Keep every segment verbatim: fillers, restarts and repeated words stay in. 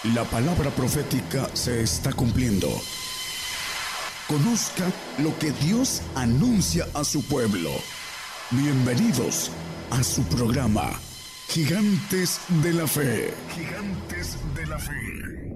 La palabra profética se está cumpliendo. Conozca lo que Dios anuncia a su pueblo. Bienvenidos a su programa, Gigantes de la Fe. Gigantes de la Fe.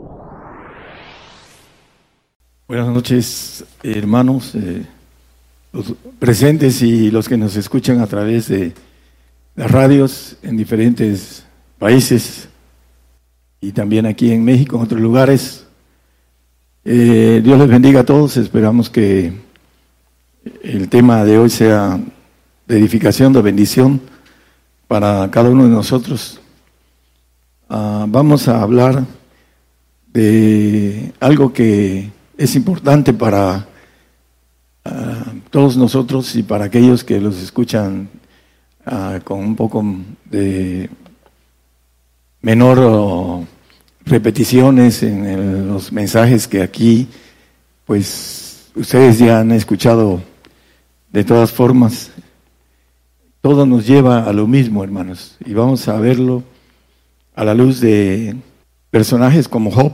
Buenas noches, hermanos, eh, los presentes y los que nos escuchan a través de las radios en diferentes países y también aquí en México, en otros lugares. Eh, Dios les bendiga a todos. Esperamos que el tema de hoy sea de edificación, de bendición para cada uno de nosotros. Uh, vamos a hablar de algo que es importante para uh, todos nosotros y para aquellos que los escuchan uh, con un poco de menor uh, repeticiones en el, los mensajes que aquí, pues, ustedes ya han escuchado. De todas formas, todo nos lleva a lo mismo, hermanos, y vamos a verlo a la luz de personajes como Job.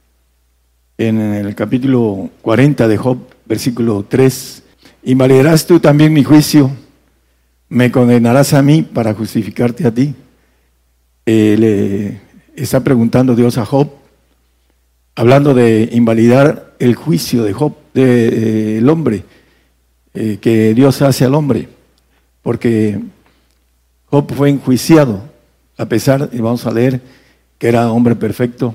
En el capítulo cuarenta de Job, versículo tres, ¿invalidarás tú también mi juicio? ¿Me condenarás a mí para justificarte a ti? Eh, le está preguntando Dios a Job, hablando de invalidar el juicio de Job, del de, hombre, eh, que Dios hace al hombre, porque Job fue enjuiciado, a pesar, y vamos a leer, que era hombre perfecto,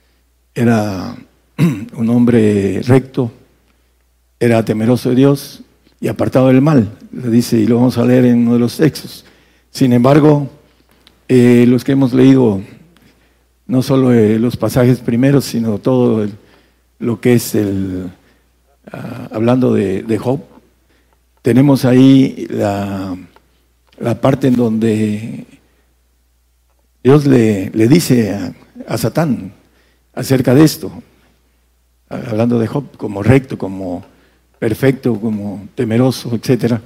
era un hombre recto, era temeroso de Dios y apartado del mal, le dice, y lo vamos a leer en uno de los textos. Sin embargo, Eh, los que hemos leído no solo eh, los pasajes primeros, sino todo el, lo que es el uh, hablando de, de Job, tenemos ahí la, la parte en donde Dios le, le dice a, a Satán acerca de esto, hablando de Job como recto, como perfecto, como temeroso, etcétera.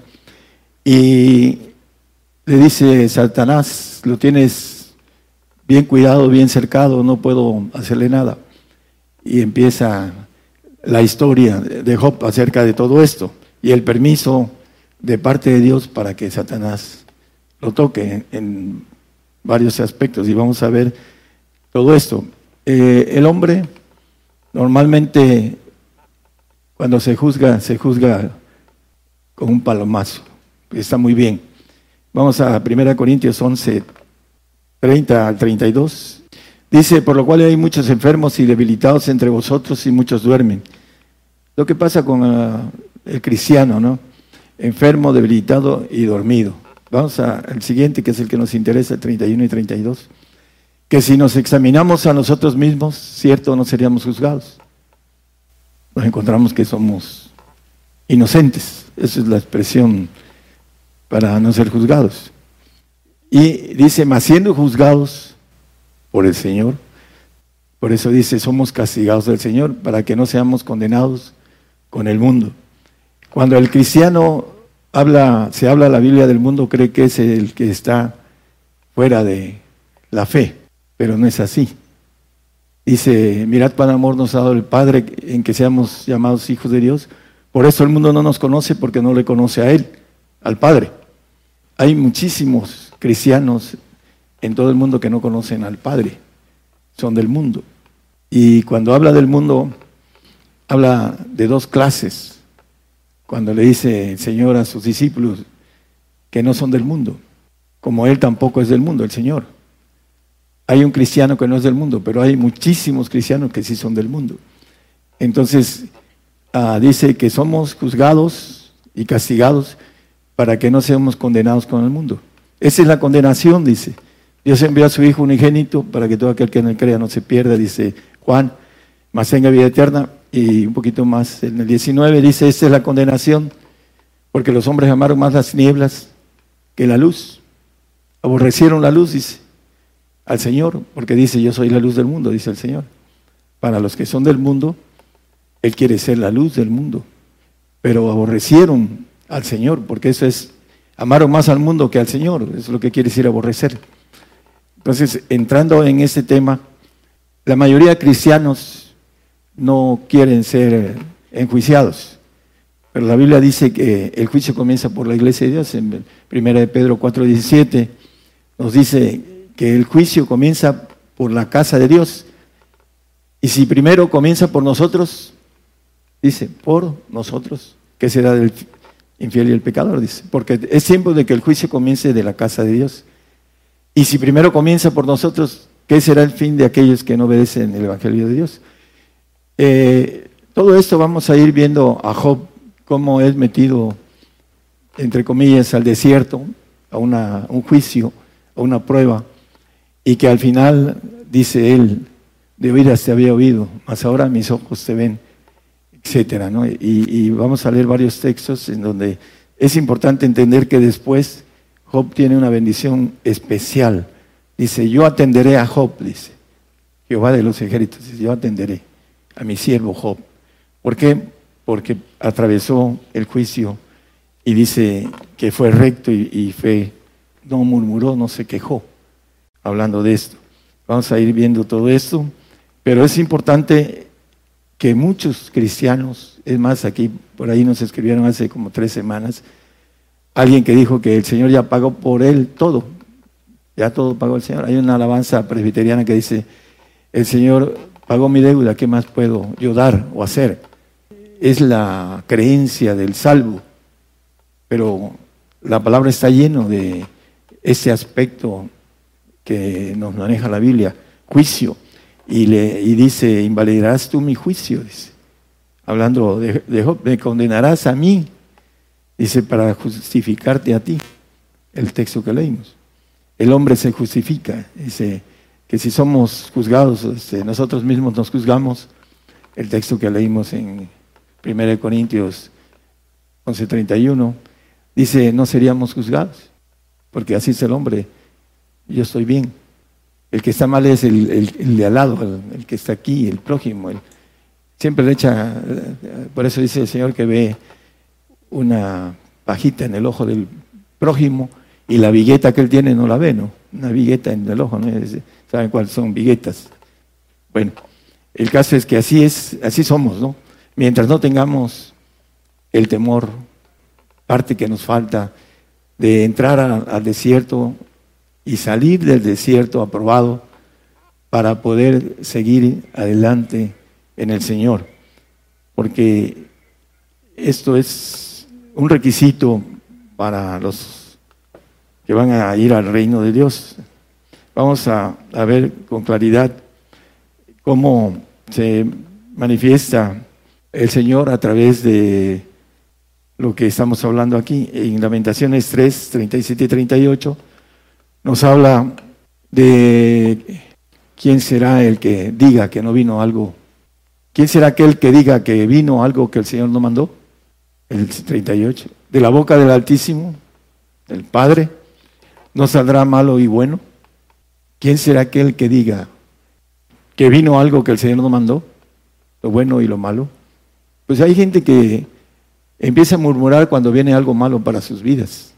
Y le dice Satanás, lo tienes bien cuidado, bien cercado, no puedo hacerle nada. Y empieza la historia de Job acerca de todo esto y el permiso de parte de Dios para que Satanás lo toque en, en varios aspectos. Y vamos a ver todo esto. Eh, el hombre normalmente cuando se juzga, se juzga con un palomazo. Está muy bien. Vamos a primera Corintios once, treinta al treinta y dos. Dice, por lo cual hay muchos enfermos y debilitados entre vosotros y muchos duermen. Lo que pasa con uh, el cristiano, ¿no? Enfermo, debilitado y dormido. Vamos a, al siguiente, que es el que nos interesa, treinta y uno y treinta y dos. Que si nos examinamos a nosotros mismos, cierto, no seríamos juzgados. Nos encontramos que somos inocentes. Esa es la expresión para no ser juzgados. Y dice, mas siendo juzgados por el Señor, por eso dice, somos castigados del Señor, para que no seamos condenados con el mundo. Cuando el cristiano habla, se habla la Biblia del mundo, cree que es el que está fuera de la fe, pero no es así. Dice, mirad cuán amor nos ha dado el Padre, en que seamos llamados hijos de Dios. Por eso el mundo no nos conoce, porque no le conoce a Él, al Padre. Hay muchísimos cristianos en todo el mundo que no conocen al Padre, son del mundo. Y cuando habla del mundo, habla de dos clases. Cuando le dice el Señor a sus discípulos que no son del mundo, como Él tampoco es del mundo, el Señor. Hay un cristiano que no es del mundo, pero hay muchísimos cristianos que sí son del mundo. Entonces, uh, dice que somos juzgados y castigados para que no seamos condenados con el mundo. Esa es la condenación, dice. Dios envió a su Hijo unigénito para que todo aquel que en él crea no se pierda, dice Juan, mas tenga vida eterna. Y un poquito más, en el diecinueve dice, esta es la condenación, porque los hombres amaron más las tinieblas que la luz. Aborrecieron la luz, dice, al Señor, porque dice, yo soy la luz del mundo, dice el Señor. Para los que son del mundo, Él quiere ser la luz del mundo. Pero aborrecieron al Señor, porque eso es, amaron más al mundo que al Señor, eso es lo que quiere decir aborrecer. Entonces, entrando en este tema, La mayoría de cristianos no quieren ser enjuiciados, pero la Biblia dice que el juicio comienza por la iglesia de Dios. En primera de Pedro cuatro diecisiete nos dice que el juicio comienza por la casa de Dios. Y si primero comienza por nosotros, dice, por nosotros, ¿qué será del infiel y el pecador? Dice, porque es tiempo de que el juicio comience de la casa de Dios. Y si primero comienza por nosotros, ¿qué será el fin de aquellos que no obedecen el Evangelio de Dios? Eh, todo esto vamos a ir viendo a Job, cómo es metido, entre comillas, al desierto, a una, un juicio, a una prueba, y que al final, dice él, de oídas te había oído, mas ahora mis ojos te ven, etcétera, ¿no? Y, y vamos a leer varios textos en donde es importante entender que después Job tiene una bendición especial. Dice, yo atenderé a Job, dice Jehová de los ejércitos, dice, yo atenderé a mi siervo Job. ¿Por qué? Porque atravesó el juicio y dice que fue recto y, y fe, no murmuró, no se quejó, hablando de esto. Vamos a ir viendo todo esto, pero es importante que muchos cristianos, es más, aquí por ahí nos escribieron hace como tres semanas, alguien que dijo que el Señor ya pagó por él todo, ya todo pagó el Señor. Hay una alabanza presbiteriana que dice, el Señor pagó mi deuda, ¿qué más puedo yo dar o hacer? Es la creencia del salvo, pero la palabra está lleno de ese aspecto que nos maneja la Biblia, juicio, y, le, y dice, invalidarás tú mi juicio, dice, hablando de, de Job, me condenarás a mí, dice, para justificarte a ti, el texto que leímos. El hombre se justifica, dice que si somos juzgados, este, nosotros mismos nos juzgamos, el texto que leímos en primera de Corintios once treinta y uno, dice, no seríamos juzgados, porque así es el hombre, yo estoy bien. El que está mal es el, el, el de al lado, el, el que está aquí, el prójimo. El, siempre le echa, por eso dice el Señor que ve una pajita en el ojo del prójimo y la vigueta que él tiene no la ve, ¿no? Una vigueta en el ojo, ¿no? ¿Saben cuáles son viguetas? Bueno, el caso es que así es, así somos, ¿no? Mientras no tengamos el temor, parte que nos falta de entrar a, al desierto y salir del desierto aprobado para poder seguir adelante en el Señor. Porque esto es un requisito para los que van a ir al reino de Dios. Vamos a, a ver con claridad cómo se manifiesta el Señor a través de lo que estamos hablando aquí. En Lamentaciones tres, treinta y siete y treinta y ocho nos habla de quién será el que diga que no vino algo. ¿Quién será aquel que diga que vino algo que el Señor no mandó? El treinta y ocho. De la boca del Altísimo, del Padre, no saldrá malo y bueno. ¿Quién será aquel que diga que vino algo que el Señor no mandó? Lo bueno y lo malo. Pues hay gente que empieza a murmurar cuando viene algo malo para sus vidas.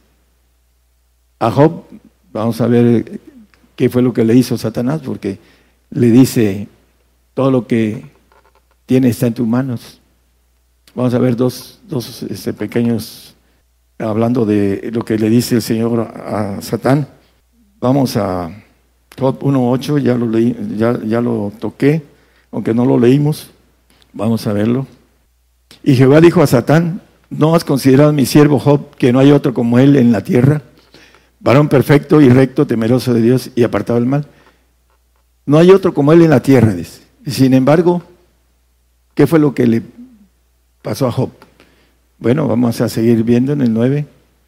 A Job, vamos a ver qué fue lo que le hizo Satanás, porque le dice, todo lo que tiene está en tus manos. Vamos a ver dos, dos este, pequeños, hablando de lo que le dice el Señor a, a Satán. Vamos a Job uno ocho, ya lo leí, ya, ya lo toqué, aunque no lo leímos. Vamos a verlo. Y Jehová dijo a Satán, ¿no has considerado mi siervo Job, que no hay otro como él en la tierra? Varón perfecto y recto, temeroso de Dios y apartado del mal. No hay otro como él en la tierra, dice. Sin embargo, ¿qué fue lo que le pasó a Job? Bueno, vamos a seguir viendo en el nueve.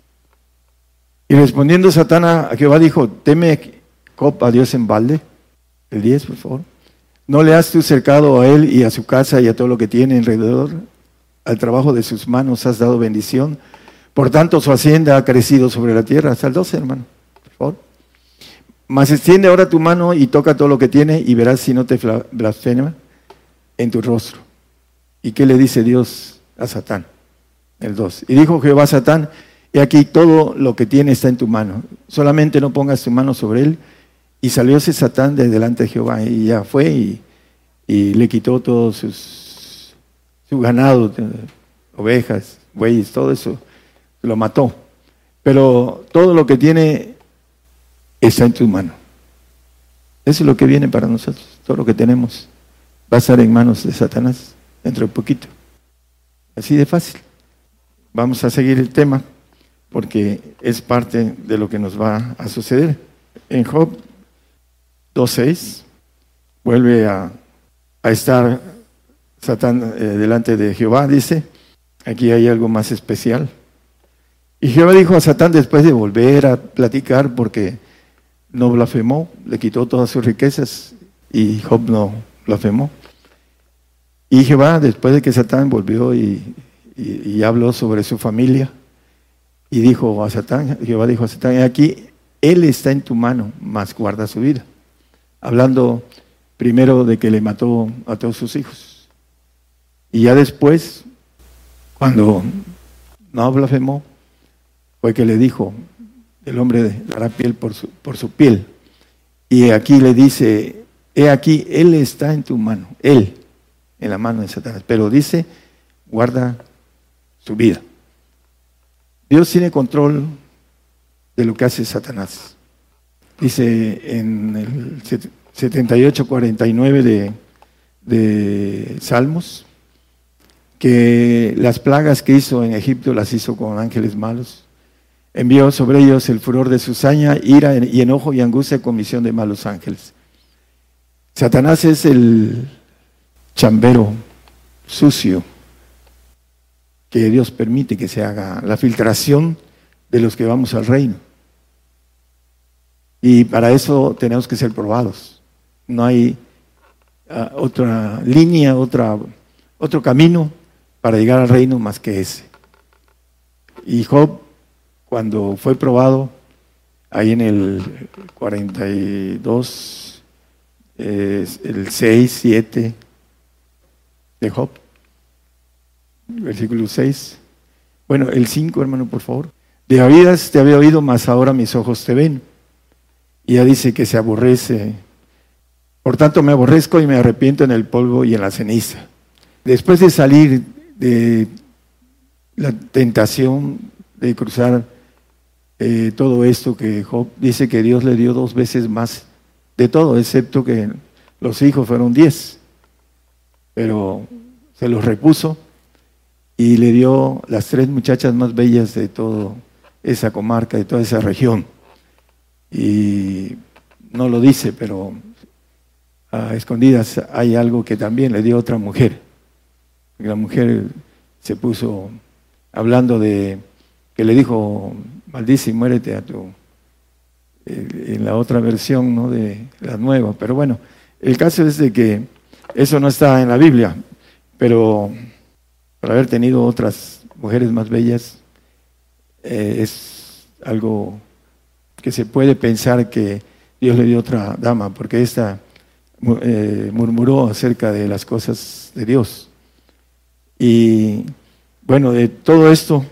Y respondiendo Satán a Jehová dijo, ¿teme Job a Dios en balde? El diez, por favor. ¿No le has tú cercado a él y a su casa y a todo lo que tiene alrededor? Al trabajo de sus manos has dado bendición. Por tanto, su hacienda ha crecido sobre la tierra. Hasta el doce, hermano, por favor. Mas extiende ahora tu mano y toca todo lo que tiene y verás si no te blasfema en tu rostro. ¿Y qué le dice Dios a Satán? El dos. Y dijo Jehová a Satán, he aquí todo lo que tiene está en tu mano. Solamente no pongas tu mano sobre él. Y salióse Satán de delante de Jehová. Y ya fue y y le quitó todos sus su ganado, ovejas, bueyes, todo eso, lo mató. Pero todo lo que tiene está en tu mano. Eso es lo que viene para nosotros. Todo lo que tenemos va a estar en manos de Satanás dentro de poquito. Así de fácil. Vamos a seguir el tema porque es parte de lo que nos va a suceder. En Job dos seis vuelve a, a estar Satán eh, delante de Jehová, dice. Aquí hay algo más especial. Y Jehová dijo a Satán, después de volver a platicar, porque no blasfemó, le quitó todas sus riquezas y Job no blasfemó. Y Jehová, después de que Satán volvió y, y, y habló sobre su familia, y dijo a Satán, Jehová dijo a Satán, aquí él está en tu mano, mas guarda su vida. Hablando primero de que le mató a todos sus hijos. Y ya después, cuando no blasfemó, fue que le dijo, el hombre dará piel por su, por su piel. Y aquí le dice, he aquí, él está en tu mano, él, en la mano de Satanás. Pero dice, guarda su vida. Dios tiene control de lo que hace Satanás. Dice en el setenta y ocho cuarenta y nueve de, de Salmos, que las plagas que hizo en Egipto las hizo con ángeles malos. Envió sobre ellos el furor de su saña, ira y enojo y angustia con misión de malos ángeles. Satanás es el chambero sucio que Dios permite que se haga la filtración de los que vamos al reino. Y para eso tenemos que ser probados. No hay uh, otra línea, otra, otro camino para llegar al reino más que ese. Y Job, cuando fue probado, ahí en el cuarenta y dos, eh, el seis, siete de Job, versículo seis. Bueno, el cinco, hermano, por favor. De oídas te había oído, mas ahora mis ojos te ven. Y ya dice que se aborrece. Por tanto me aborrezco y me arrepiento en el polvo y en la ceniza. Después de salir de la tentación de cruzar eh, todo esto, que Job dice que Dios le dio dos veces más de todo, excepto que los hijos fueron diez. Pero se los repuso y le dio las tres muchachas más bellas de toda esa comarca, de toda esa región. Y no lo dice, pero a escondidas hay algo que también le dio otra mujer. La mujer se puso hablando de que le dijo, maldice y muérete a tu, en la otra versión, ¿no?, de la nueva. Pero bueno, el caso es de que eso no está en la Biblia, pero por haber tenido otras mujeres más bellas, eh, es algo que se puede pensar que Dios le dio otra dama, porque esta eh, murmuró acerca de las cosas de Dios. Y bueno, de todo esto,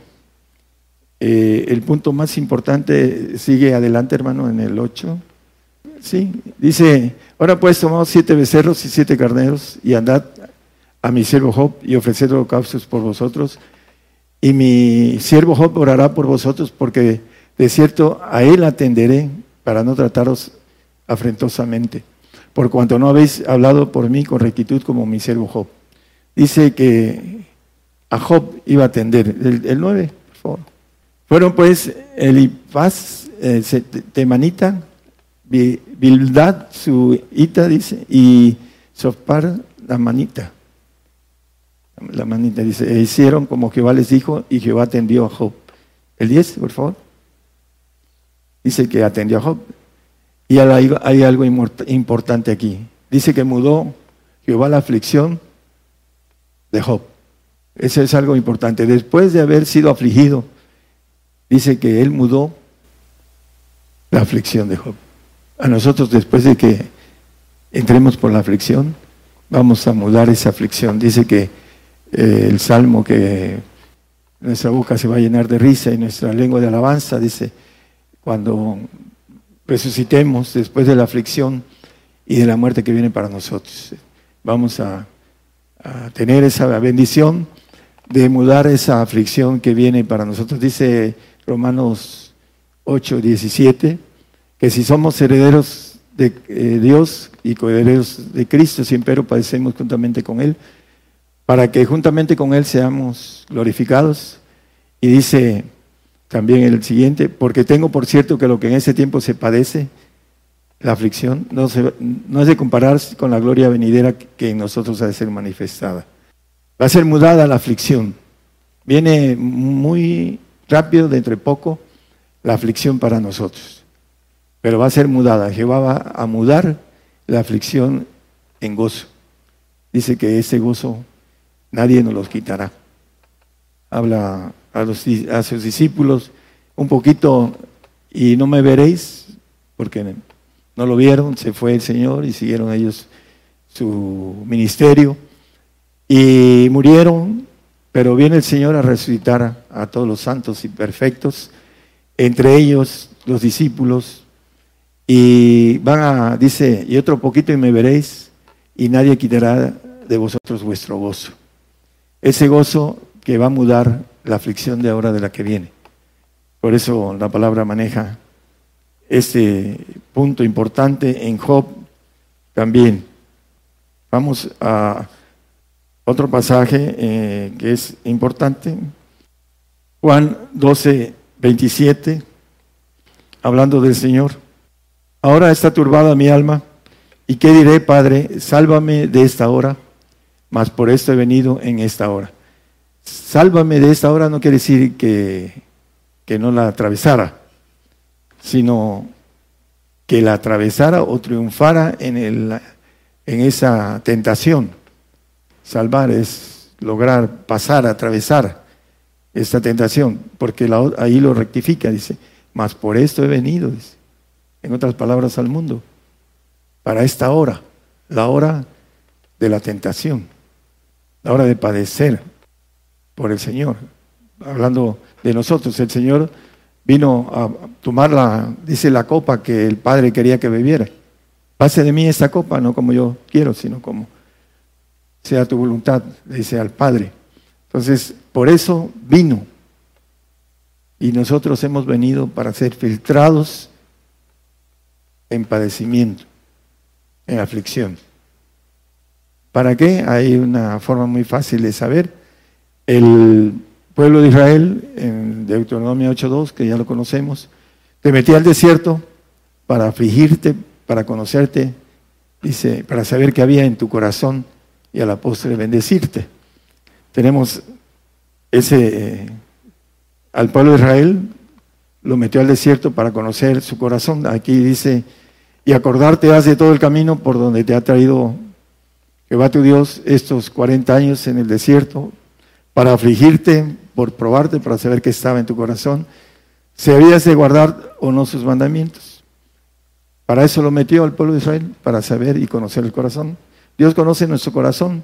eh, el punto más importante sigue adelante, hermano, en el ocho. Sí, dice, ahora pues tomad siete becerros y siete carneros y andad a mi siervo Job y ofreced holocaustos por vosotros. Y mi siervo Job orará por vosotros, porque de cierto a él atenderé para no trataros afrentosamente, por cuanto no habéis hablado por mí con rectitud como mi siervo Job. Dice que a Job iba a atender. El, el nueve, por favor. Fueron pues Elifaz, eh, Temanita, Bildad, su hita, dice, y Zophar, la manita. La manita dice, e hicieron como Jehová les dijo, y Jehová atendió a Job. El diez, por favor. Dice que atendió a Job. Y hay, hay algo importante aquí. Dice que mudó Jehová la aflicción de Job. Eso es algo importante. Después de haber sido afligido, dice que él mudó la aflicción de Job. A nosotros, después de que entremos por la aflicción, vamos a mudar esa aflicción. Dice que eh, el Salmo, que nuestra boca se va a llenar de risa y nuestra lengua de alabanza, dice, cuando resucitemos después de la aflicción y de la muerte que viene para nosotros. vamos a, a tener esa bendición de mudar esa aflicción que viene para nosotros. Dice Romanos ocho, diecisiete, que si somos herederos de eh, Dios y coherederos de Cristo, si empero padecemos juntamente con Él, para que juntamente con Él seamos glorificados. Y dice también el siguiente, porque tengo por cierto que lo que en ese tiempo se padece, la aflicción, no, se, no es de compararse con la gloria venidera que en nosotros ha de ser manifestada. Va a ser mudada la aflicción. Viene muy rápido, dentro de poco, la aflicción para nosotros. Pero va a ser mudada. Jehová va a mudar la aflicción en gozo. Dice que ese gozo nadie nos lo quitará. Habla a, los, a sus discípulos un poquito, y no me veréis, porque no lo vieron, se fue el Señor y siguieron ellos su ministerio. Y murieron, pero viene el Señor a resucitar a, a todos los santos y perfectos, entre ellos los discípulos, y van a, dice, y otro poquito y me veréis, y nadie quitará de vosotros vuestro gozo. Ese gozo que va a mudar la aflicción de ahora de la que viene. Por eso la palabra maneja este punto importante en Job también. Vamos a otro pasaje eh, que es importante, Juan doce, veintisiete, hablando del Señor. Ahora está turbada mi alma, ¿y qué diré, Padre? Sálvame de esta hora, mas por esto he venido en esta hora. Sálvame de esta hora no quiere decir que, que no la atravesara, sino que la atravesara o triunfara en, el, en esa tentación. Salvar es lograr pasar, atravesar esta tentación, porque la, ahí lo rectifica, dice, mas por esto he venido, dice, en otras palabras, al mundo, para esta hora, la hora de la tentación, la hora de padecer por el Señor. Hablando de nosotros, el Señor vino a tomar la, dice, la copa que el Padre quería que bebiera. Pase de mí esta copa, no como yo quiero, sino como sea tu voluntad, le dice al Padre. Entonces, por eso vino. Y nosotros hemos venido para ser filtrados en padecimiento, en aflicción. ¿Para qué? Hay una forma muy fácil de saber. El pueblo de Israel, en Deuteronomio ocho dos, que ya lo conocemos, te metí al desierto para afligirte, para conocerte, dice, para saber qué había en tu corazón y a la postre bendecirte. Tenemos ese, eh, al pueblo de Israel lo metió al desierto para conocer su corazón. Aquí dice, y acordarte has de todo el camino por donde te ha traído Jehová tu Dios estos cuarenta años en el desierto, para afligirte, por probarte, para saber qué estaba en tu corazón, si habías de guardar o no sus mandamientos. Para eso lo metió al pueblo de Israel, para saber y conocer el corazón. Dios conoce nuestro corazón,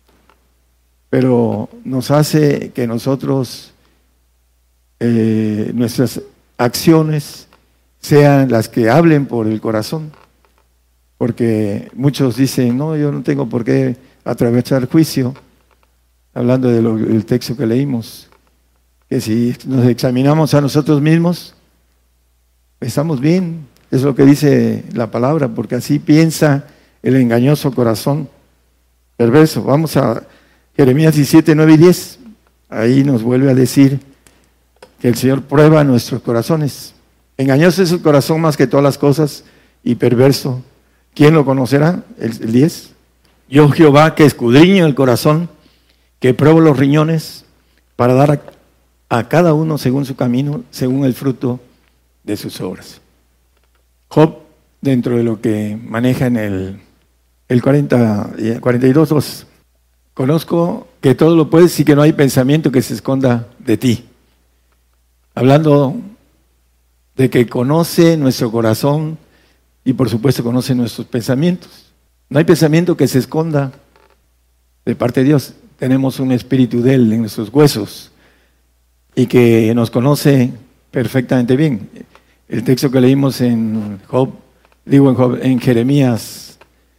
pero nos hace que nosotros, eh, nuestras acciones sean las que hablen por el corazón. Porque muchos dicen, no, yo no tengo por qué atravesar el juicio, hablando de lo, del texto que leímos, que si nos examinamos a nosotros mismos, estamos bien, es lo que dice la palabra, porque así piensa el engañoso corazón perverso. Vamos a Jeremías diecisiete, nueve y diez, ahí nos vuelve a decir que el Señor prueba nuestros corazones. Engañoso es el corazón más que todas las cosas y perverso. ¿Quién lo conocerá? El, el diez. Yo Jehová que escudriño el corazón, que pruebo los riñones para dar a, a cada uno según su camino, según el fruto de sus obras. Job, dentro de lo que maneja en el, el cuarenta, cuarenta y dos, dos, conozco que todo lo puedes y que no hay pensamiento que se esconda de ti. Hablando de que conoce nuestro corazón y por supuesto conoce nuestros pensamientos. No hay pensamiento que se esconda de parte de Dios. Tenemos un espíritu de Él en nuestros huesos y que nos conoce perfectamente bien. El texto que leímos en Job, digo en, Job, en Jeremías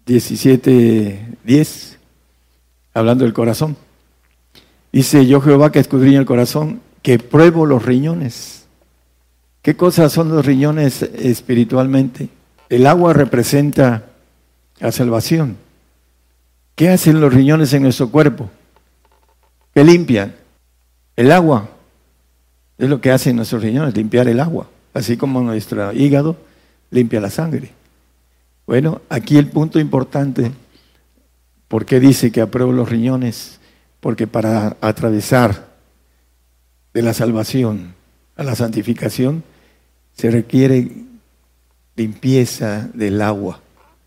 diecisiete diez, hablando del corazón. Dice: yo Jehová que escudriño el corazón, que pruebo los riñones. ¿Qué cosas son los riñones espiritualmente? El agua representa la salvación. ¿Qué hacen los riñones en nuestro cuerpo? ¿Qué limpian? El agua. Es lo que hacen nuestros riñones, limpiar el agua. Así como nuestro hígado limpia la sangre. Bueno, aquí el punto importante. ¿Por qué dice que apruebo los riñones? Porque para atravesar de la salvación a la santificación se requiere limpieza del agua.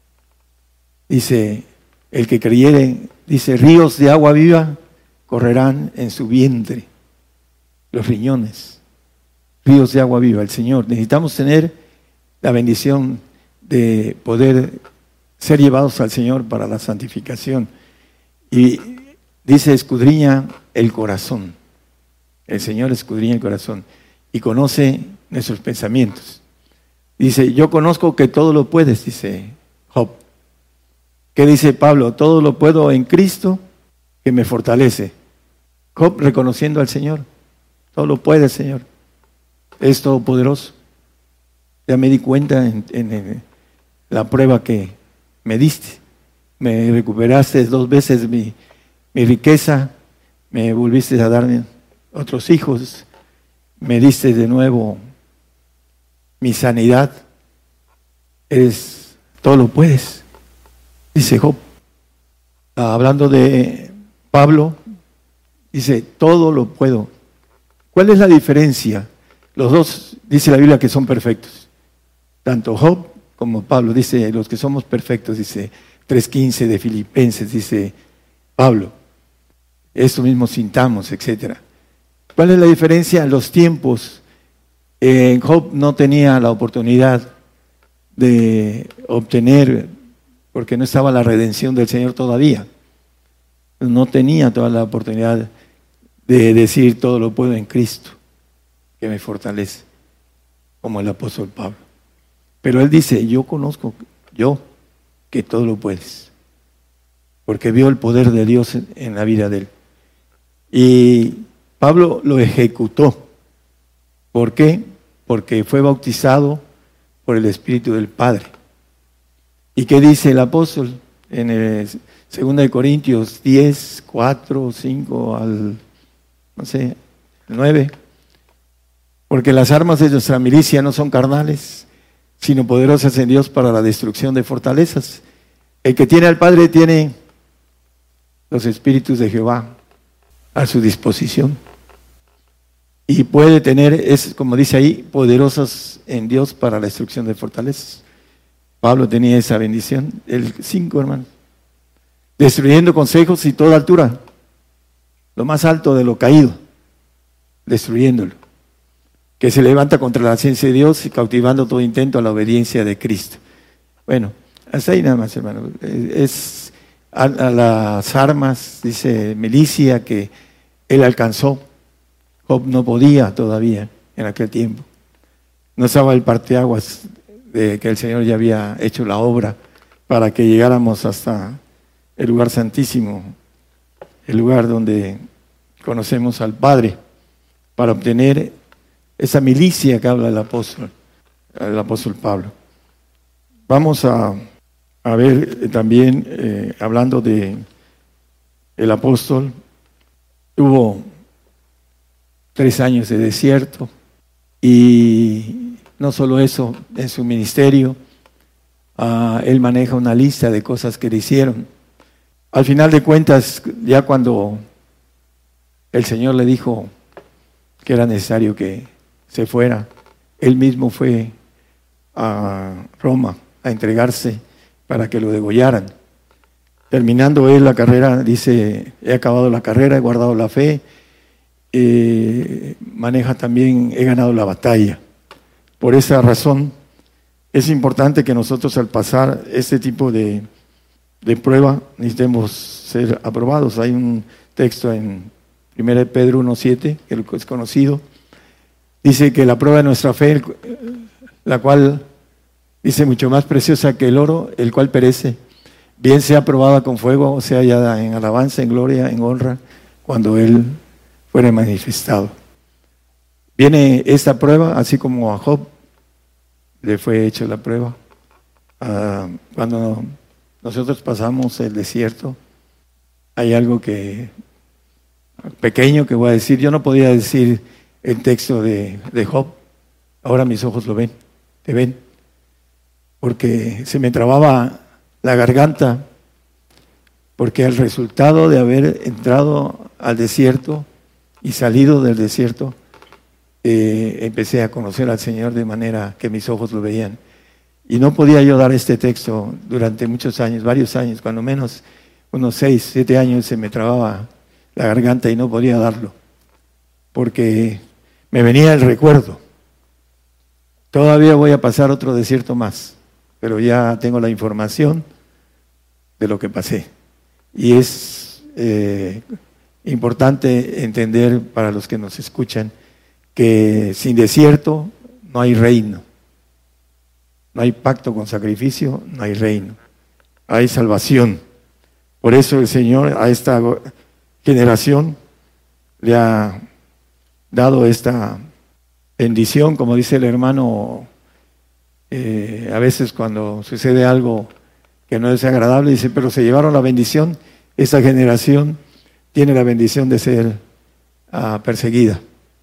Dice: el que creyere, dice, ríos de agua viva correrán en su vientre. Los riñones, ríos de agua viva, el Señor. Necesitamos tener la bendición de poder ser llevados al Señor para la santificación. Y dice: escudriña el corazón. El Señor escudriña el corazón y conoce nuestros pensamientos. Dice: yo conozco que todo lo puedes, dice Job. ¿Qué dice Pablo? Todo lo puedo en Cristo que me fortalece. Job reconociendo al Señor. Todo lo puede, Señor. Es todopoderoso. Ya me di cuenta en, en, en la prueba que me diste. Me recuperaste dos veces mi, mi riqueza. Me volviste a darme otros hijos. Me diste de nuevo mi sanidad. Eres, todo lo puedes, dice Job. Ah, hablando de Pablo, dice: todo lo puedo. ¿Cuál es la diferencia? Los dos, dice la Biblia, que son perfectos. Tanto Job como Pablo, dice, los que somos perfectos, dice tres quince de Filipenses, dice Pablo. Esto mismo sintamos, etcétera. ¿Cuál es la diferencia? Los tiempos. Eh, Job no tenía la oportunidad de obtener, porque no estaba la redención del Señor todavía. No tenía toda la oportunidad de decir: todo lo puedo en Cristo, que me fortalece, como el apóstol Pablo. Pero él dice: yo conozco, yo, que todo lo puedes, porque vio el poder de Dios en, en la vida de él. Y Pablo lo ejecutó. ¿Por qué? Porque fue bautizado por el Espíritu del Padre. ¿Y qué dice el apóstol en el segunda de Corintios diez, cuatro, cinco al, no sé, nueve? Porque las armas de nuestra milicia no son carnales, sino poderosas en Dios para la destrucción de fortalezas. El que tiene al Padre tiene los espíritus de Jehová a su disposición. Y puede tener, es como dice ahí, poderosas en Dios para la destrucción de fortalezas. Pablo tenía esa bendición. El cinco, hermanos. Destruyendo consejos y toda altura, lo más alto de lo caído, destruyéndolo. Que se levanta contra la ciencia de Dios y cautivando todo intento a la obediencia de Cristo. Bueno, hasta ahí nada más, hermano. Es a, a las armas, dice milicia, que él alcanzó. Job no podía todavía en aquel tiempo. No estaba el parteaguas de que el Señor ya había hecho la obra para que llegáramos hasta el lugar santísimo, el lugar donde conocemos al Padre, para obtener esa milicia que habla el apóstol, el apóstol Pablo. Vamos a, a ver también, eh, hablando de el apóstol, tuvo tres años de desierto y no solo eso, en su ministerio, uh, él maneja una lista de cosas que le hicieron. Al final de cuentas, ya cuando el Señor le dijo que era necesario que se fuera, él mismo fue a Roma a entregarse para que lo degollaran. Terminando él la carrera, dice: he acabado la carrera, he guardado la fe, eh, maneja también, he ganado la batalla. Por esa razón es importante que nosotros, al pasar este tipo de, de prueba, necesitemos ser aprobados. Hay un texto en primera de Pedro uno siete, que es conocido. Dice que la prueba de nuestra fe, la cual dice mucho más preciosa que el oro, el cual perece, bien sea probada con fuego, o sea hallada en alabanza, en gloria, en honra, cuando Él fuere manifestado. Viene esta prueba, así como a Job le fue hecha la prueba. Uh, cuando nosotros pasamos el desierto, hay algo que pequeño que voy a decir. Yo no podía decir el texto de, de Job, ahora mis ojos lo ven, te ven, porque se me trababa la garganta, porque el resultado de haber entrado al desierto y salido del desierto, eh, empecé a conocer al Señor de manera que mis ojos lo veían. Y no podía yo dar este texto durante muchos años, varios años, cuando menos unos seis, siete años se me trababa la garganta y no podía darlo, porque me venía el recuerdo. Todavía voy a pasar otro desierto más, pero ya tengo la información de lo que pasé. Y es eh, importante entender para los que nos escuchan que sin desierto no hay reino. No hay pacto con sacrificio, no hay reino. Hay salvación. Por eso el Señor a esta generación le ha dado esta bendición, como dice el hermano, eh, a veces cuando sucede algo que no es agradable, dice, pero se llevaron la bendición. Esta generación tiene la bendición de ser uh, perseguida.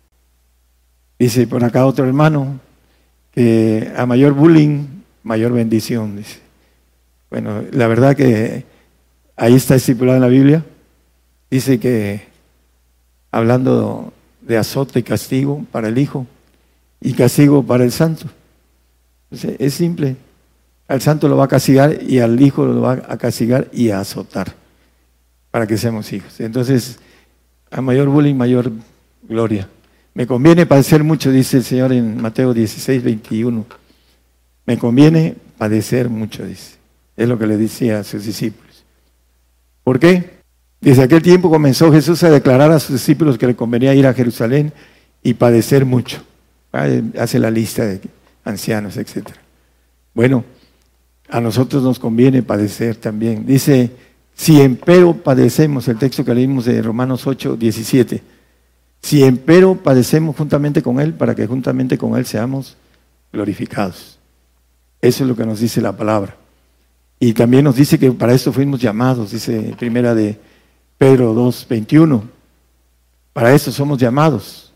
Dice por acá otro hermano, que a mayor bullying, mayor bendición, dice. Bueno, la verdad que ahí está estipulado en la Biblia. Dice que, hablando de azote y castigo para el hijo, y castigo para el santo. Entonces, es simple. Al santo lo va a castigar y al hijo lo va a castigar y a azotar, para que seamos hijos. Entonces, a mayor bullying, mayor gloria. Me conviene padecer mucho, dice el Señor en Mateo dieciséis, veintiuno. Me conviene padecer mucho, dice. Es lo que le decía a sus discípulos. ¿Por qué? Desde aquel tiempo comenzó Jesús a declarar a sus discípulos que le convenía ir a Jerusalén y padecer mucho. Hace la lista de ancianos, etcétera. Bueno, a nosotros nos conviene padecer también. Dice, si empero padecemos, el texto que leímos de Romanos ocho, diecisiete. Si empero padecemos juntamente con Él, para que juntamente con Él seamos glorificados. Eso es lo que nos dice la palabra. Y también nos dice que para esto fuimos llamados, dice primera de Pedro dos, veintiuno. Para esto somos llamados.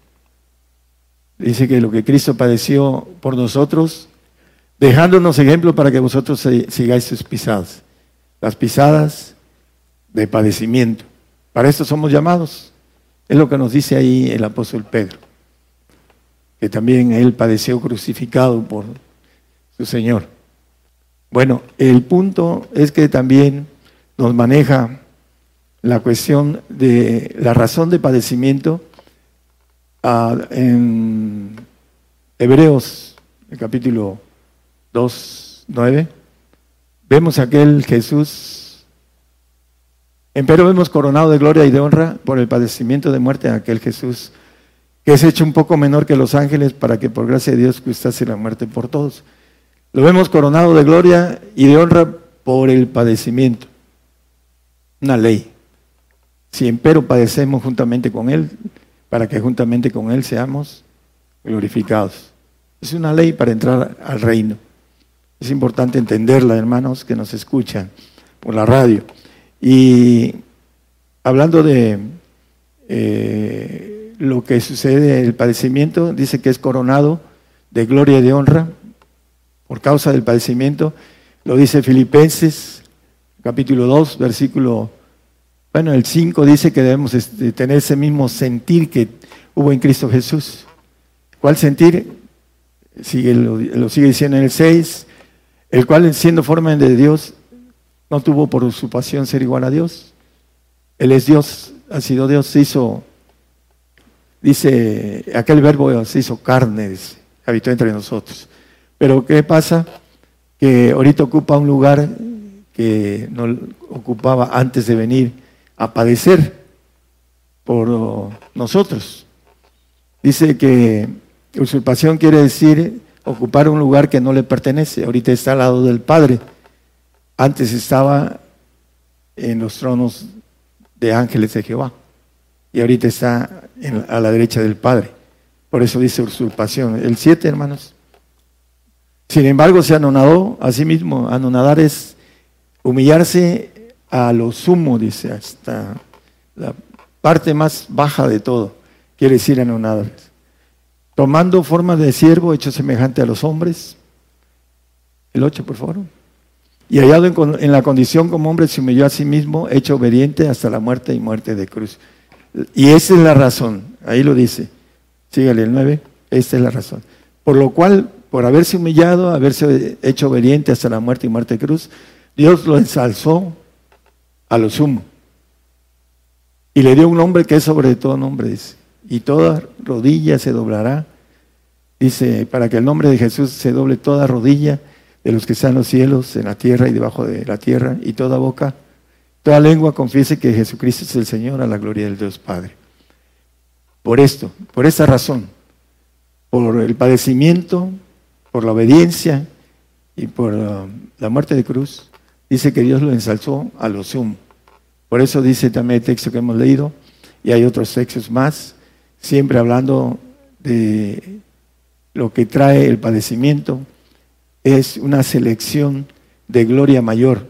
Dice que lo que Cristo padeció por nosotros, dejándonos ejemplo para que vosotros sigáis sus pisadas. Las pisadas de padecimiento. Para esto somos llamados. Es lo que nos dice ahí el apóstol Pedro, que también él padeció crucificado por su Señor. Bueno, el punto es que también nos maneja la cuestión de la razón de padecimiento uh, en Hebreos, el capítulo dos, nueve. Vemos aquel Jesús. Empero vemos coronado de gloria y de honra por el padecimiento de muerte a aquel Jesús, que es hecho un poco menor que los ángeles, para que por gracia de Dios gustase la muerte por todos. Lo vemos coronado de gloria y de honra por el padecimiento. Una ley. Si empero padecemos juntamente con Él, para que juntamente con Él seamos glorificados. Es una ley para entrar al reino. Es importante entenderla, hermanos, que nos escuchan por la radio. Y hablando de eh, lo que sucede, el padecimiento, dice que es coronado de gloria y de honra por causa del padecimiento. Lo dice Filipenses, capítulo dos, versículo, bueno, el cinco, dice que debemos este, tener ese mismo sentir que hubo en Cristo Jesús. ¿Cuál sentir? Sigue, lo, lo sigue diciendo en el seis, el cual siendo forma de Dios, no tuvo por usurpación ser igual a Dios. Él es Dios, ha sido Dios, se hizo, dice, aquel verbo se hizo carne, dice, habitó entre nosotros. Pero ¿qué pasa? Que ahorita ocupa un lugar que no ocupaba antes de venir a padecer por nosotros. Dice que usurpación quiere decir ocupar un lugar que no le pertenece. Ahorita está al lado del Padre. Antes estaba en los tronos de ángeles de Jehová. Y ahorita está en, a la derecha del Padre. Por eso dice usurpación. El siete, hermanos. Sin embargo, se anonadó a sí mismo. Anonadar es humillarse a lo sumo, dice, hasta la parte más baja de todo. Quiere decir anonadar. Tomando forma de siervo, hecho semejante a los hombres. El ocho, por favor. Y hallado en, en la condición como hombre, se humilló a sí mismo, hecho obediente hasta la muerte y muerte de cruz. Y esa es la razón. Ahí lo dice. Sígale el nueve. Esta es la razón. Por lo cual, por haberse humillado, haberse hecho obediente hasta la muerte y muerte de cruz, Dios lo ensalzó a lo sumo. Y le dio un nombre que es sobre todo nombre, dice. Y toda rodilla se doblará. Dice, para que el nombre de Jesús se doble toda rodilla de los que están en los cielos, en la tierra y debajo de la tierra, y toda boca, toda lengua confiese que Jesucristo es el Señor, a la gloria del Dios Padre. Por esto, por esta razón, por el padecimiento, por la obediencia y por uh, la muerte de cruz, dice que Dios lo ensalzó a lo sumo. Por eso dice también el texto que hemos leído, y hay otros textos más, siempre hablando de lo que trae el padecimiento, es una selección de gloria mayor.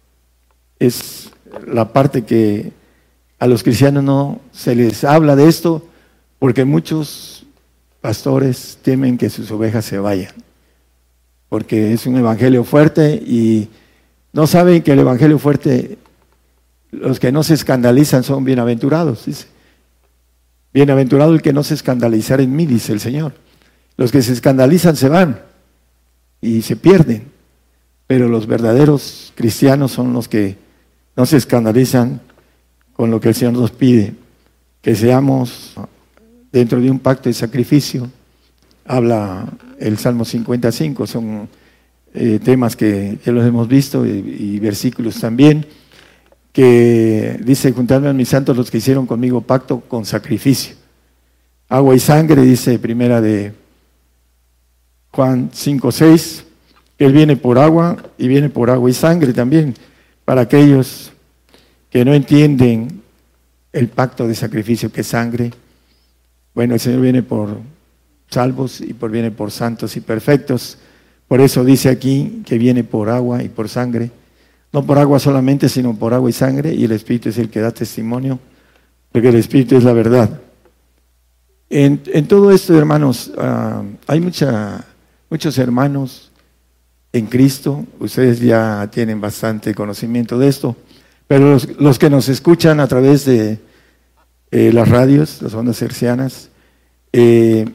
Es la parte que a los cristianos no se les habla de esto, porque muchos pastores temen que sus ovejas se vayan, porque es un evangelio fuerte y no saben que el evangelio fuerte, los que no se escandalizan son bienaventurados, dice. Bienaventurado el que no se escandalizara en mí, dice el Señor. Los que se escandalizan se van y se pierden, pero los verdaderos cristianos son los que no se escandalizan con lo que el Señor nos pide, que seamos dentro de un pacto de sacrificio. Habla el Salmo cincuenta y cinco, son eh, temas que ya los hemos visto y, y versículos también, que dice, juntadme a mis santos los que hicieron conmigo pacto con sacrificio. Agua y sangre, dice primera de Juan cinco seis, Él viene por agua y viene por agua y sangre también, para aquellos que no entienden el pacto de sacrificio que es sangre. Bueno, el Señor viene por salvos y por viene por santos y perfectos. Por eso dice aquí que viene por agua y por sangre. No por agua solamente, sino por agua y sangre, y el Espíritu es el que da testimonio, porque el Espíritu es la verdad. En, en todo esto, hermanos, uh, hay mucha, muchos hermanos en Cristo. Ustedes ya tienen bastante conocimiento de esto, pero los, los que nos escuchan a través de eh, las radios, las ondas hercianas, eh,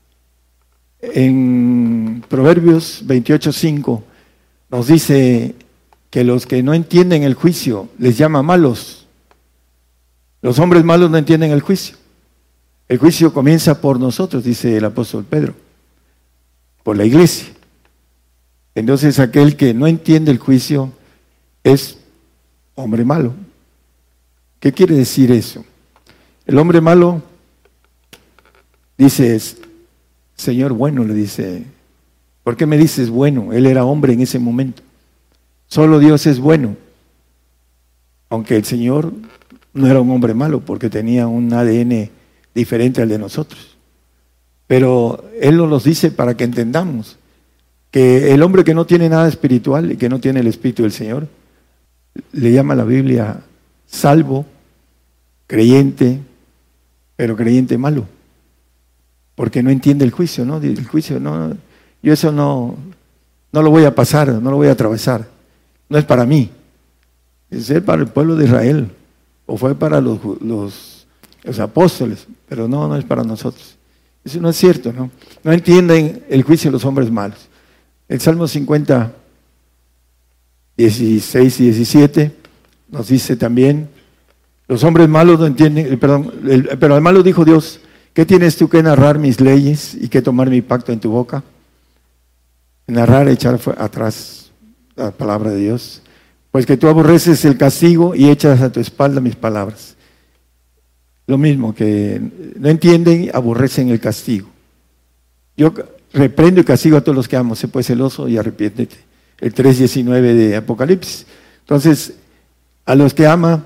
en Proverbios veintiocho cinco nos dice que los que no entienden el juicio les llama malos. Los hombres malos no entienden el juicio. El juicio comienza por nosotros, dice el apóstol Pedro, por la iglesia. Entonces aquel que no entiende el juicio es hombre malo. ¿Qué quiere decir eso? El hombre malo dice, Señor bueno, le dice, ¿por qué me dices bueno? Él era hombre en ese momento. Solo Dios es bueno, aunque el Señor no era un hombre malo porque tenía un A D N diferente al de nosotros. Pero Él nos los dice para que entendamos que el hombre que no tiene nada espiritual y que no tiene el Espíritu del Señor, le llama la Biblia salvo, creyente, pero creyente malo, porque no entiende el juicio, ¿no? El juicio, no, yo eso no, no lo voy a pasar, no lo voy a atravesar. No es para mí, es para el pueblo de Israel, o fue para los, los, los apóstoles, pero no, no es para nosotros. Eso no es cierto, ¿no? No entienden el juicio de los hombres malos. El Salmo cincuenta, dieciséis y diecisiete nos dice también, los hombres malos no entienden, perdón, el, pero al malo dijo Dios, ¿qué tienes tú que narrar mis leyes y que tomar mi pacto en tu boca? Narrar, echar atrás la palabra de Dios, pues que tú aborreces el castigo y echas a tu espalda mis palabras. Lo mismo, que no entienden, aborrecen el castigo. Yo reprendo y castigo a todos los que amo, sé pues celoso y arrepiéntete. El tres diecinueve de Apocalipsis. Entonces, A los que ama,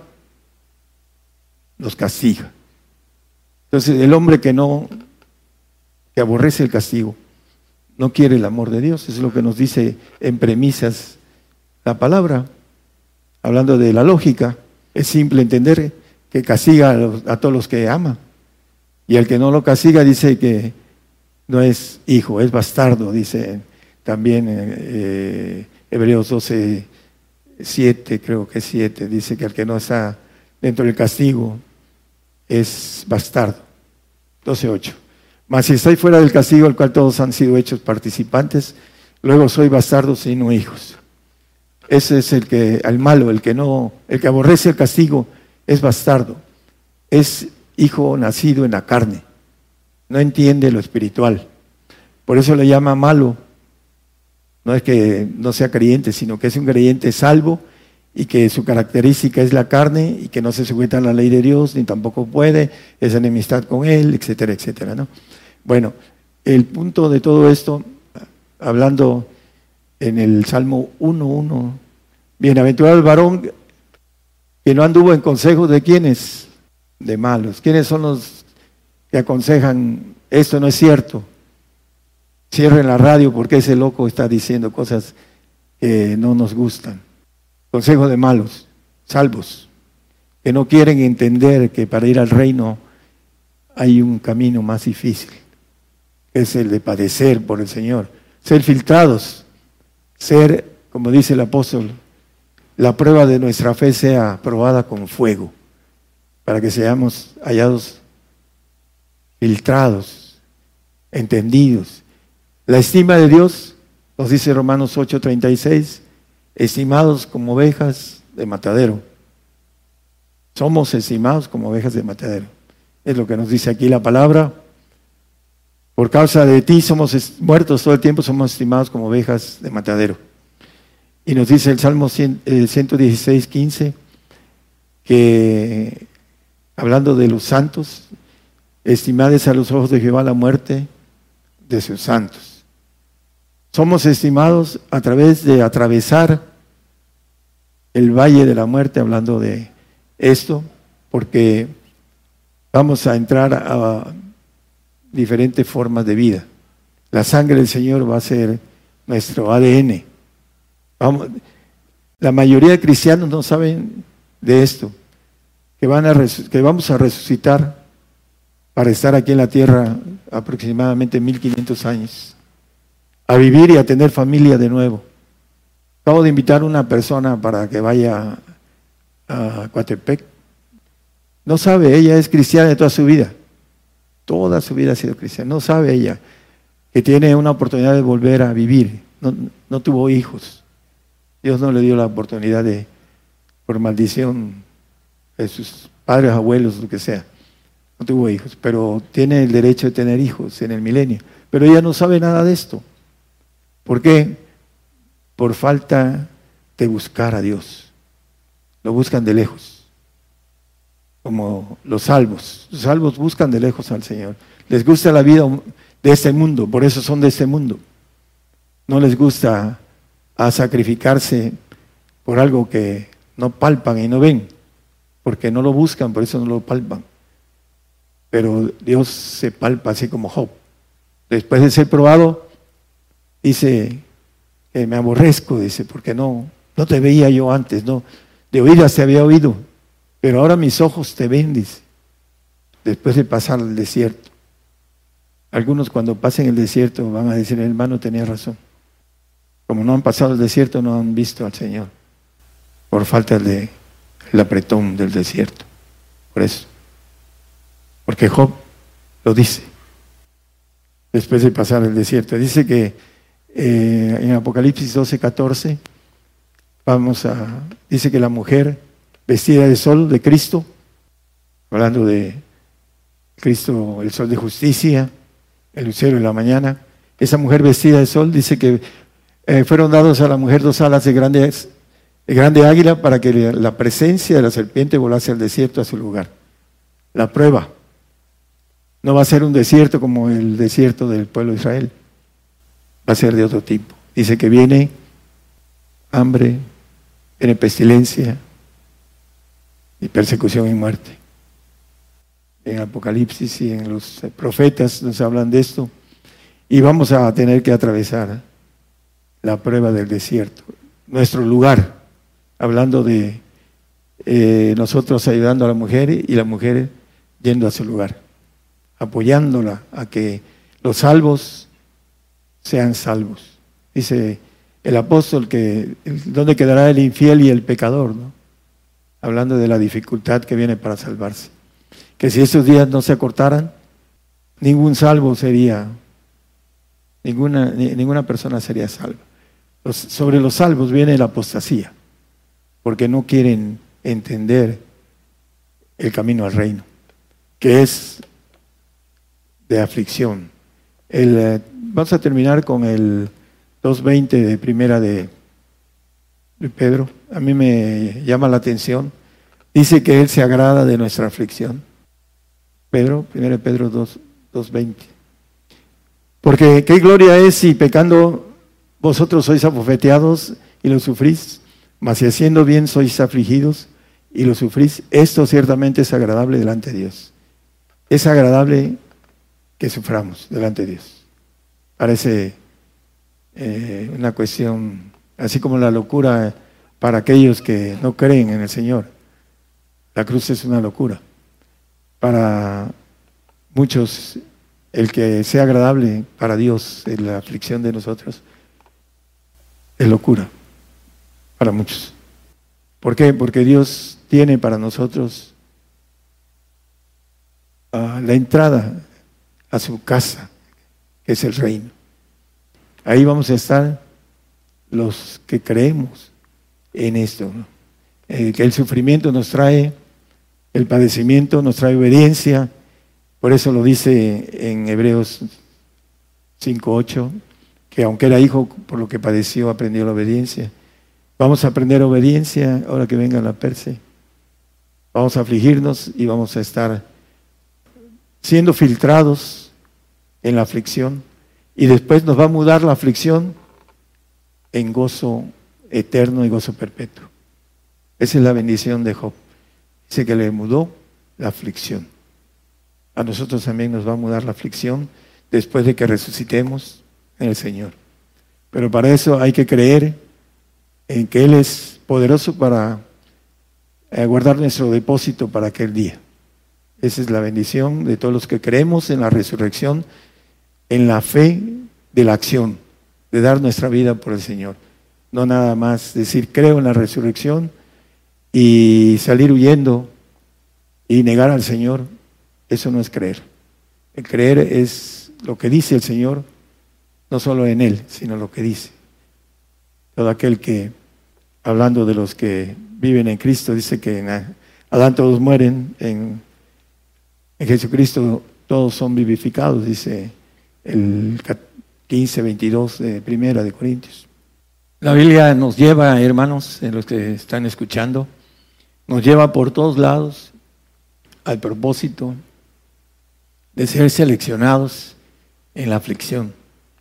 los castiga. Entonces, el hombre que no, que aborrece el castigo, no quiere el amor de Dios. Eso es lo que nos dice en premisas la palabra. Hablando de la lógica, es simple entender que castiga a, los, a todos los que ama. Y al que no lo castiga dice que no es hijo, es bastardo, dice también eh, Hebreos doce, siete, creo que es siete, dice que al que no está dentro del castigo es bastardo. doce, ocho. Mas si estáis fuera del castigo, al cual todos han sido hechos participantes, luego soy bastardos y no hijos. Ese es el que, al malo, el que no, el que aborrece el castigo, es bastardo. Es hijo nacido en la carne. No entiende lo espiritual. Por eso le llama malo. No es que no sea creyente, sino que es un creyente salvo y que su característica es la carne y que no se sujeta a la ley de Dios, ni tampoco puede, es enemistad con Él, etcétera, etcétera, ¿no? Bueno, el punto de todo esto, hablando en el Salmo uno uno, bienaventurado el varón que no anduvo en consejo de quiénes, de malos. ¿Quiénes son los que aconsejan esto no es cierto? Cierren la radio porque ese loco está diciendo cosas que no nos gustan. Consejo de malos, salvos, que no quieren entender que para ir al reino hay un camino más difícil, que es el de padecer por el Señor, ser filtrados, ser, como dice el apóstol, la prueba de nuestra fe sea probada con fuego, para que seamos hallados filtrados, entendidos. La estima de Dios, nos dice Romanos ocho treinta y seis, estimados como ovejas de matadero. Somos estimados como ovejas de matadero. Es lo que nos dice aquí la palabra. Por causa de ti somos muertos todo el tiempo, somos estimados como ovejas de matadero. Y nos dice el Salmo ciento dieciséis, quince, que hablando de los santos, estimades a los ojos de Jehová la muerte de sus santos. Somos estimados a través de atravesar el valle de la muerte, hablando de esto, porque vamos a entrar a diferentes formas de vida. La sangre del Señor va a ser nuestro A D N. Vamos, la mayoría de cristianos no saben de esto, que, van a que vamos a resucitar para estar aquí en la tierra aproximadamente mil quinientos años, a vivir y a tener familia de nuevo. Acabo de invitar a una persona para que vaya a Coatepec. No sabe, ella es cristiana de toda su vida. Toda su vida ha sido cristiana. No sabe ella que tiene una oportunidad de volver a vivir. No, no tuvo hijos. Dios no le dio la oportunidad de, por maldición de sus padres, abuelos, lo que sea. No tuvo hijos, pero tiene el derecho de tener hijos en el milenio. Pero ella no sabe nada de esto. ¿Por qué? Por falta de buscar a Dios. Lo buscan de lejos. Como los salvos. Los salvos buscan de lejos al Señor. Les gusta la vida de este mundo, por eso son de este mundo. No les gusta a sacrificarse por algo que no palpan y no ven, porque no lo buscan, por eso no lo palpan. Pero Dios se palpa así como Job. Después de ser probado, dice, eh, me aborrezco, dice, porque no, no te veía yo antes, no, de oídas te había oído, pero ahora mis ojos te ven, dice, después de pasar el desierto. Algunos cuando pasen el desierto van a decir, el hermano tenía razón. Como no han pasado el desierto, no han visto al Señor, por falta de el apretón del desierto. Por eso. Porque Job lo dice, después de pasar el desierto. Dice que eh, en Apocalipsis doce, catorce, vamos a, dice que la mujer vestida de sol de Cristo, hablando de Cristo, el sol de justicia, el lucero de la mañana, esa mujer vestida de sol, dice que eh, fueron dados a la mujer dos alas de grande, de grande águila para que la presencia de la serpiente volase al desierto a su lugar. La prueba no va a ser un desierto como el desierto del pueblo de Israel, va a ser de otro tipo. Dice que viene hambre, viene pestilencia, y persecución y muerte. En Apocalipsis y en los profetas nos hablan de esto. Y vamos a tener que atravesar la prueba del desierto. Nuestro lugar, hablando de eh, nosotros ayudando a la mujer y la mujer yendo a su lugar, apoyándola a que los salvos sean salvos. Dice el apóstol que ¿dónde quedará el infiel y el pecador?, ¿no? Hablando de la dificultad que viene para salvarse. Que si esos días no se acortaran, ningún salvo sería, ninguna, ni, ninguna persona sería salva. Los, sobre los salvos viene la apostasía, porque no quieren entender el camino al reino, que es de aflicción. El, eh, vamos a terminar con el dos veinte de primera de, de Pedro. A mí me llama la atención. Dice que Él se agrada de nuestra aflicción. Pedro, primera de Pedro dos veinte. Porque qué gloria es si pecando vosotros sois abofeteados y lo sufrís, mas si haciendo bien sois afligidos y lo sufrís, esto ciertamente es agradable delante de Dios. Es agradable que suframos delante de Dios. Parece eh, una cuestión, así como la locura para aquellos que no creen en el Señor. La cruz es una locura. Para muchos, el que sea agradable para Dios en la aflicción de nosotros es locura para muchos. ¿Por qué? Porque Dios tiene para nosotros uh, la entrada a su casa, que es el reino. Ahí vamos a estar los que creemos en esto, ¿no? Eh, que el sufrimiento nos trae, el padecimiento nos trae obediencia. Por eso lo dice en Hebreos cinco ocho, que aunque era hijo, por lo que padeció, aprendió la obediencia. Vamos a aprender obediencia ahora que venga la perse. Vamos a afligirnos y vamos a estar siendo filtrados en la aflicción. Y después nos va a mudar la aflicción en gozo eterno y gozo perpetuo. Esa es la bendición de Job. Dice que le mudó la aflicción. A nosotros también nos va a mudar la aflicción después de que resucitemos en el Señor. Pero para eso hay que creer en que Él es poderoso para eh, guardar nuestro depósito para aquel día. Esa es la bendición de todos los que creemos en la resurrección, en la fe de la acción, de dar nuestra vida por el Señor. No nada más decir creo en la resurrección y salir huyendo y negar al Señor. Eso no es creer. El creer es lo que dice el Señor, no solo en Él, sino lo que dice. Todo aquel que, hablando de los que viven en Cristo, dice que en Adán todos mueren, en, en Jesucristo todos son vivificados, dice el quince veintidós de Primera de Corintios. La Biblia nos lleva, hermanos, en los que están escuchando, nos lleva por todos lados al propósito de ser seleccionados en la aflicción,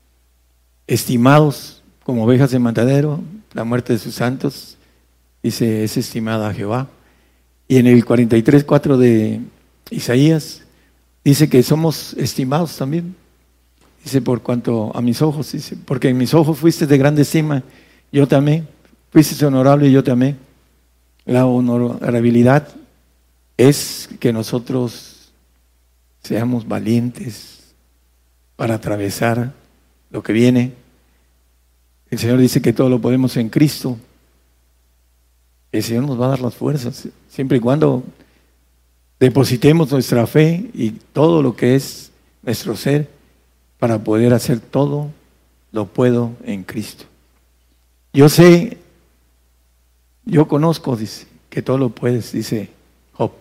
estimados como ovejas de matadero. La muerte de sus santos, dice, es estimada a Jehová. Y en el cuarenta y tres cuatro de Isaías dice que somos estimados también. Dice, por cuanto a mis ojos, dice, porque en mis ojos fuiste de grande estima, yo te amé. Fuiste honorable y yo te amé. La honorabilidad es que nosotros seamos valientes para atravesar lo que viene. El Señor dice que todo lo podemos en Cristo. El Señor nos va a dar las fuerzas, siempre y cuando depositemos nuestra fe y todo lo que es nuestro ser para poder hacer todo, lo puedo en Cristo. Yo sé, yo conozco, dice, que todo lo puedes, dice Job.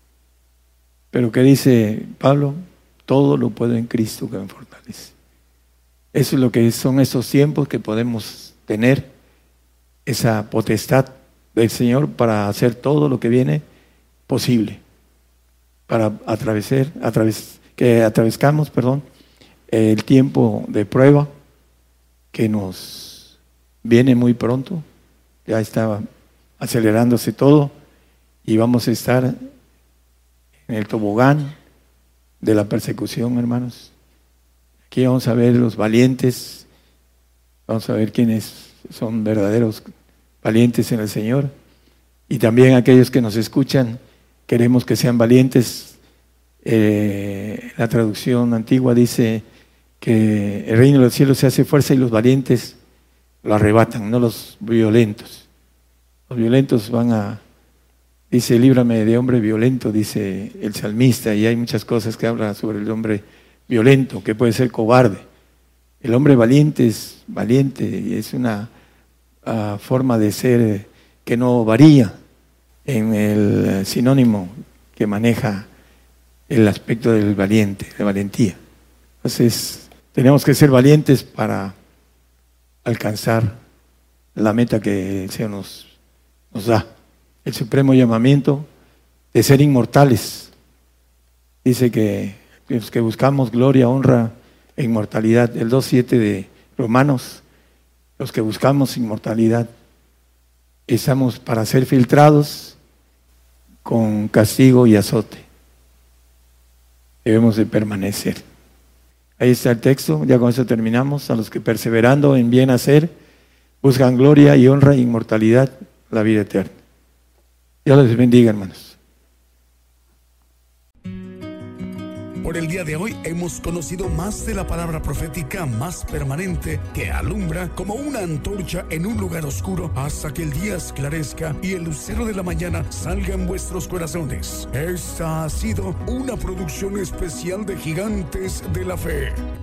Pero ¿qué dice Pablo? Todo lo puedo en Cristo que me fortalece. Eso es lo que son esos tiempos que podemos tener, esa potestad del Señor para hacer todo lo que viene posible, para atravesar, atraves, que atravescamos, perdón, el tiempo de prueba que nos viene muy pronto. Ya está acelerándose todo y vamos a estar en el tobogán de la persecución, hermanos. Aquí vamos a ver los valientes, vamos a ver quiénes son verdaderos valientes en el Señor, y también aquellos que nos escuchan, queremos que sean valientes. Eh, la traducción antigua dice que el reino de los cielos se hace fuerza y los valientes lo arrebatan, no los violentos. Los violentos van a, dice, líbrame de hombre violento, dice el salmista, y hay muchas cosas que hablan sobre el hombre violento, que puede ser cobarde. El hombre valiente es valiente y es una uh, forma de ser que no varía en el sinónimo que maneja el aspecto del valiente, de valentía. Entonces, tenemos que ser valientes para alcanzar la meta que el Señor nos, nos da. El supremo llamamiento de ser inmortales. Dice que los que buscamos gloria, honra e inmortalidad. El dos siete de Romanos, los que buscamos inmortalidad, estamos para ser filtrados con castigo y azote. Debemos de permanecer. Ahí está el texto, ya con eso terminamos. A los que perseverando en bien hacer, buscan gloria y honra e inmortalidad, la vida eterna. Dios les bendiga, hermanos. Por el día de hoy hemos conocido más de la palabra profética más permanente que alumbra como una antorcha en un lugar oscuro hasta que el día esclarezca y el lucero de la mañana salga en vuestros corazones. Esta ha sido una producción especial de Gigantes de la Fe.